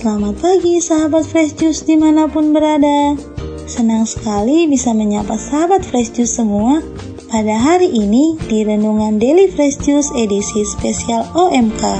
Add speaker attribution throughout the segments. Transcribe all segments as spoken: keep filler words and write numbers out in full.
Speaker 1: Selamat pagi sahabat Fresh Juice dimanapun berada. Senang sekali bisa menyapa sahabat Fresh Juice semua pada hari ini di Renungan Daily Fresh Juice edisi spesial O M K.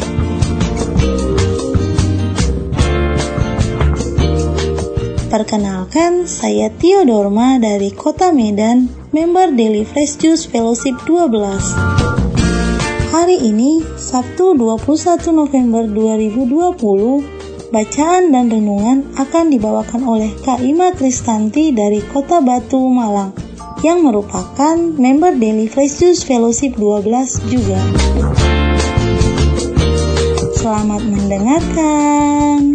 Speaker 1: Perkenalkan, saya Tio Dorma dari Kota Medan, member Daily Fresh Juice Fellowship dua belas. Hari ini, Sabtu dua puluh satu November dua ribu dua puluh, bacaan dan renungan akan dibawakan oleh Kak Ima Kristanti dari Kota Batu, Malang, yang merupakan member Daily Fresh Juice Fellowship dua belas juga. Selamat mendengarkan.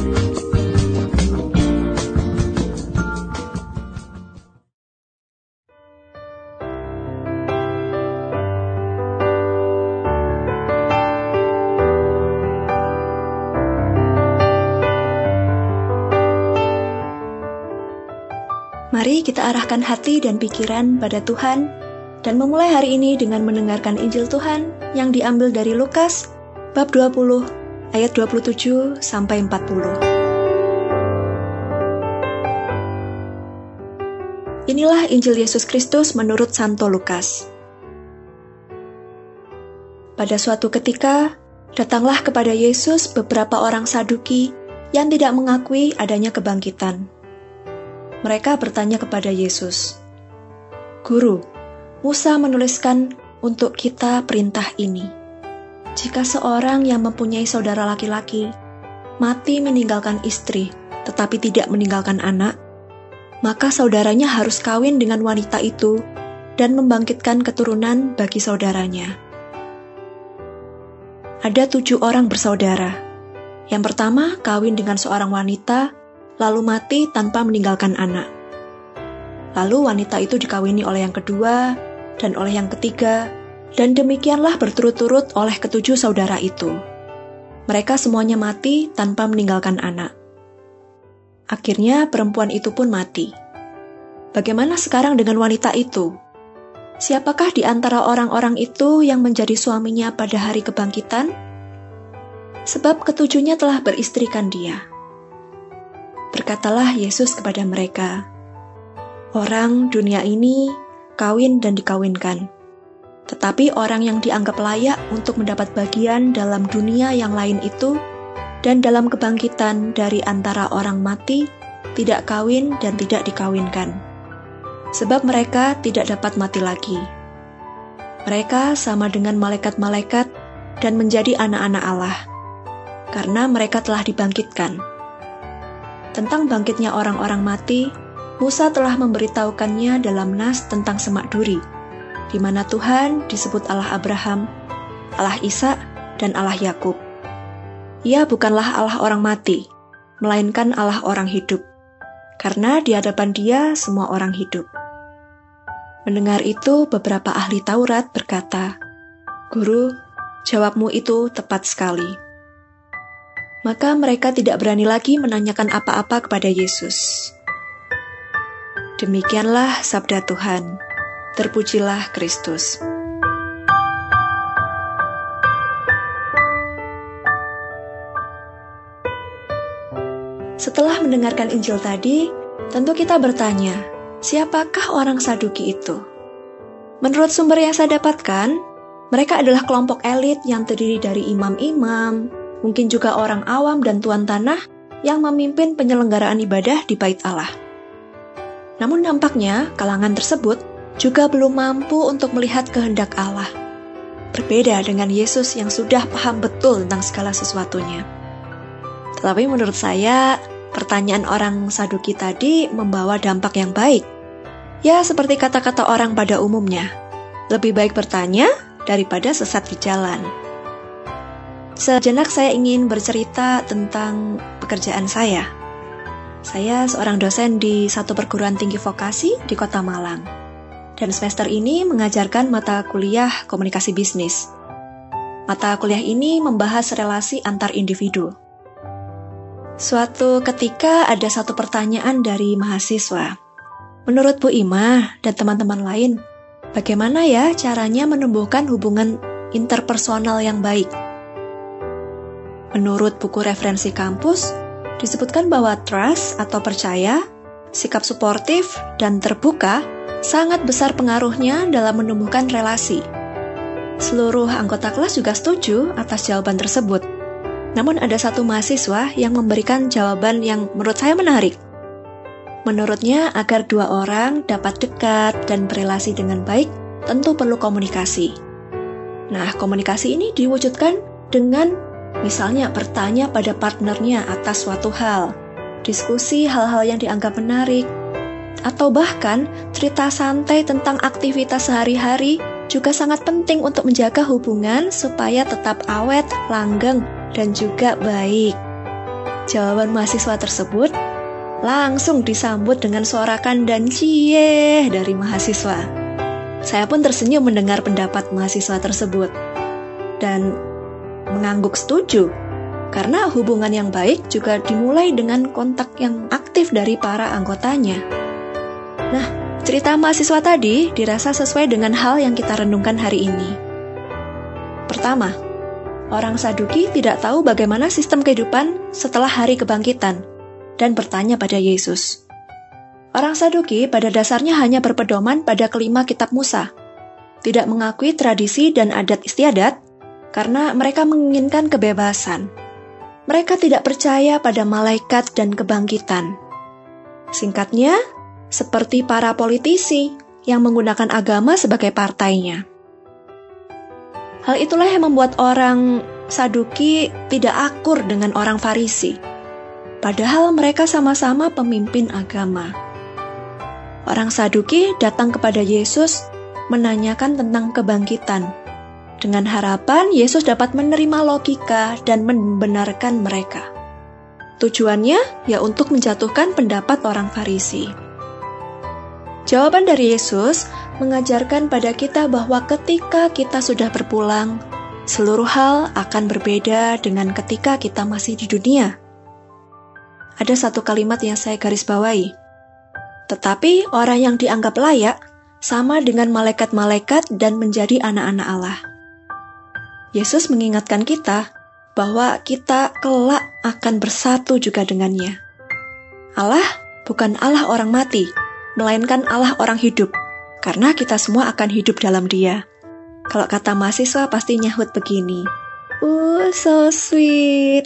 Speaker 2: Mari kita arahkan hati dan pikiran pada Tuhan dan memulai hari ini dengan mendengarkan Injil Tuhan yang diambil dari Lukas bab dua puluh ayat dua puluh tujuh sampai empat puluh. Inilah Injil Yesus Kristus menurut Santo Lukas. Pada suatu ketika, datanglah kepada Yesus beberapa orang Saduki yang tidak mengakui adanya kebangkitan. Mereka bertanya kepada Yesus, "Guru, Musa menuliskan untuk kita perintah ini. Jika seorang yang mempunyai saudara laki-laki mati meninggalkan istri, tetapi tidak meninggalkan anak, maka saudaranya harus kawin dengan wanita itu dan membangkitkan keturunan bagi saudaranya. Ada tujuh orang bersaudara. Yang pertama kawin dengan seorang wanita, lalu mati tanpa meninggalkan anak. Lalu wanita itu dikawini oleh yang kedua, dan oleh yang ketiga, dan demikianlah berturut-turut oleh ketujuh saudara itu. Mereka semuanya mati tanpa meninggalkan anak. Akhirnya perempuan itu pun mati. Bagaimana sekarang dengan wanita itu? Siapakah di antara orang-orang itu yang menjadi suaminya pada hari kebangkitan? Sebab ketujuhnya telah beristrikan dia." Berkatalah Yesus kepada mereka, "Orang dunia ini kawin dan dikawinkan, tetapi orang yang dianggap layak untuk mendapat bagian dalam dunia yang lain itu dan dalam kebangkitan dari antara orang mati tidak kawin dan tidak dikawinkan, sebab mereka tidak dapat mati lagi. Mereka sama dengan malaikat-malaikat dan menjadi anak-anak Allah, karena mereka telah dibangkitkan. Tentang bangkitnya orang-orang mati, Musa telah memberitahukannya dalam nas tentang semak duri, di mana Tuhan disebut Allah Abraham, Allah Ishak, dan Allah Yakub. Ia bukanlah Allah orang mati, melainkan Allah orang hidup, karena di hadapan Dia semua orang hidup." Mendengar itu, beberapa ahli Taurat berkata, "Guru, jawabmu itu tepat sekali." Maka mereka tidak berani lagi menanyakan apa-apa kepada Yesus. Demikianlah sabda Tuhan. Terpujilah Kristus. Setelah mendengarkan Injil tadi, tentu kita bertanya, siapakah orang Saduki itu? Menurut sumber yang saya dapatkan, mereka adalah kelompok elit yang terdiri dari imam-imam, mungkin juga orang awam dan tuan tanah yang memimpin penyelenggaraan ibadah di Bait Allah. Namun nampaknya kalangan tersebut juga belum mampu untuk melihat kehendak Allah. Berbeda dengan Yesus yang sudah paham betul tentang segala sesuatunya. Tetapi menurut saya, pertanyaan orang Saduki tadi membawa dampak yang baik. Ya, seperti kata-kata orang pada umumnya, lebih baik bertanya daripada sesat di jalan. Sejenak saya ingin bercerita tentang pekerjaan saya. Saya seorang dosen di satu perguruan tinggi vokasi di Kota Malang. Dan semester ini mengajarkan mata kuliah komunikasi bisnis. Mata kuliah ini membahas relasi antar individu. Suatu ketika ada satu pertanyaan dari mahasiswa. "Menurut Bu Ima dan teman-teman lain, bagaimana ya caranya menumbuhkan hubungan interpersonal yang baik?" Menurut buku referensi kampus, disebutkan bahwa trust atau percaya, sikap suportif, dan terbuka sangat besar pengaruhnya dalam menumbuhkan relasi. Seluruh anggota kelas juga setuju atas jawaban tersebut. Namun ada satu mahasiswa yang memberikan jawaban yang menurut saya menarik. Menurutnya, agar dua orang dapat dekat dan berelasi dengan baik, tentu perlu komunikasi. Nah, komunikasi ini diwujudkan dengan misalnya bertanya pada partnernya atas suatu hal, diskusi hal-hal yang dianggap menarik, atau bahkan cerita santai tentang aktivitas sehari-hari juga sangat penting untuk menjaga hubungan supaya tetap awet, langgeng, dan juga baik. Jawaban mahasiswa tersebut langsung disambut dengan sorakan dan cie dari mahasiswa. Saya pun tersenyum mendengar pendapat mahasiswa tersebut dan mengangguk setuju, karena hubungan yang baik juga dimulai dengan kontak yang aktif dari para anggotanya. Nah, cerita mahasiswa tadi dirasa sesuai dengan hal yang kita renungkan hari ini. Pertama, orang Saduki tidak tahu bagaimana sistem kehidupan setelah hari kebangkitan dan bertanya pada Yesus. Orang Saduki pada dasarnya hanya berpedoman pada kelima kitab Musa, tidak mengakui tradisi dan adat istiadat karena mereka menginginkan kebebasan. Mereka tidak percaya pada malaikat dan kebangkitan. Singkatnya, seperti para politisi yang menggunakan agama sebagai partainya. Hal itulah yang membuat orang Saduki tidak akur dengan orang Farisi, padahal mereka sama-sama pemimpin agama. Orang Saduki datang kepada Yesus menanyakan tentang kebangkitan, dengan harapan Yesus dapat menerima logika dan membenarkan mereka. Tujuannya ya untuk menjatuhkan pendapat orang Farisi. Jawaban dari Yesus mengajarkan pada kita bahwa ketika kita sudah berpulang, seluruh hal akan berbeda dengan ketika kita masih di dunia. Ada satu kalimat yang saya garis bawahi. Tetapi orang yang dianggap layak sama dengan malaikat-malaikat dan menjadi anak-anak Allah. Yesus mengingatkan kita bahwa kita kelak akan bersatu juga dengannya. Allah bukan Allah orang mati, melainkan Allah orang hidup, karena kita semua akan hidup dalam Dia. Kalau kata mahasiswa pasti nyahut begini, "Uh, so sweet."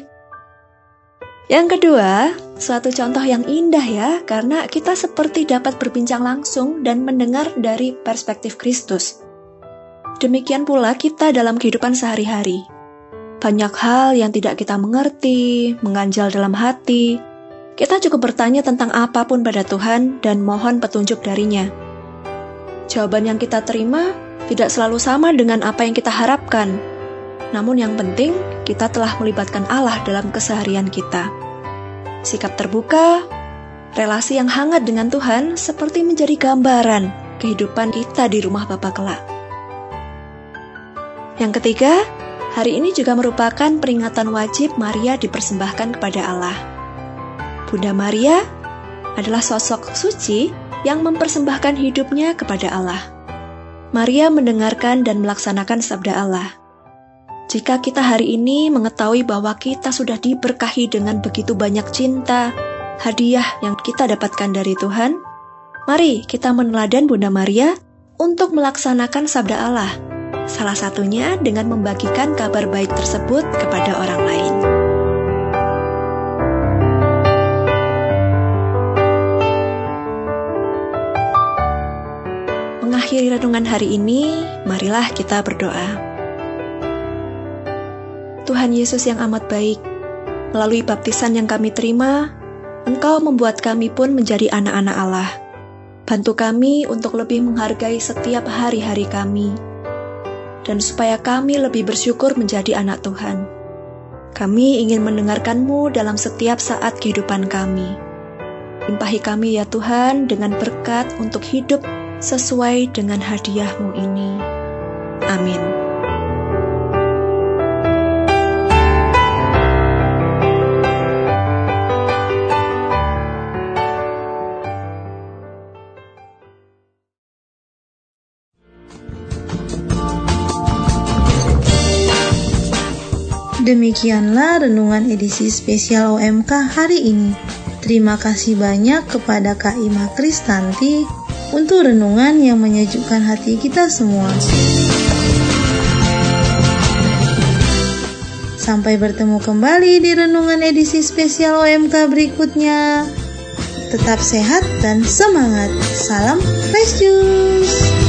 Speaker 2: Yang kedua, suatu contoh yang indah ya, karena kita seperti dapat berbincang langsung dan mendengar dari perspektif Kristus. Demikian pula kita dalam kehidupan sehari-hari. Banyak hal yang tidak kita mengerti, mengganjal dalam hati. Kita cukup bertanya tentang apapun pada Tuhan dan mohon petunjuk darinya. Jawaban yang kita terima tidak selalu sama dengan apa yang kita harapkan. Namun yang penting, kita telah melibatkan Allah dalam keseharian kita. Sikap terbuka, relasi yang hangat dengan Tuhan seperti menjadi gambaran kehidupan kita di rumah Bapa kelak. Yang ketiga, hari ini juga merupakan peringatan wajib Maria dipersembahkan kepada Allah. Bunda Maria adalah sosok suci yang mempersembahkan hidupnya kepada Allah. Maria mendengarkan dan melaksanakan sabda Allah. Jika kita hari ini mengetahui bahwa kita sudah diberkahi dengan begitu banyak cinta, hadiah yang kita dapatkan dari Tuhan, mari kita meneladan Bunda Maria untuk melaksanakan sabda Allah. Salah satunya dengan membagikan kabar baik tersebut kepada orang lain. Mengakhiri renungan hari ini, marilah kita berdoa. Tuhan Yesus yang amat baik, melalui baptisan yang kami terima, Engkau membuat kami pun menjadi anak-anak Allah. Bantu kami untuk lebih menghargai setiap hari-hari kami, dan supaya kami lebih bersyukur menjadi anak Tuhan. Kami ingin mendengarkan-Mu dalam setiap saat kehidupan kami. Limpahi kami ya Tuhan dengan berkat untuk hidup sesuai dengan hadiah-Mu ini. Amin.
Speaker 1: Demikianlah renungan edisi spesial O M K hari ini. Terima kasih banyak kepada Kak Ima Kristanti untuk renungan yang menyejukkan hati kita semua. Sampai bertemu kembali di renungan edisi spesial O M K berikutnya. Tetap sehat dan semangat. Salam Fresh Juice.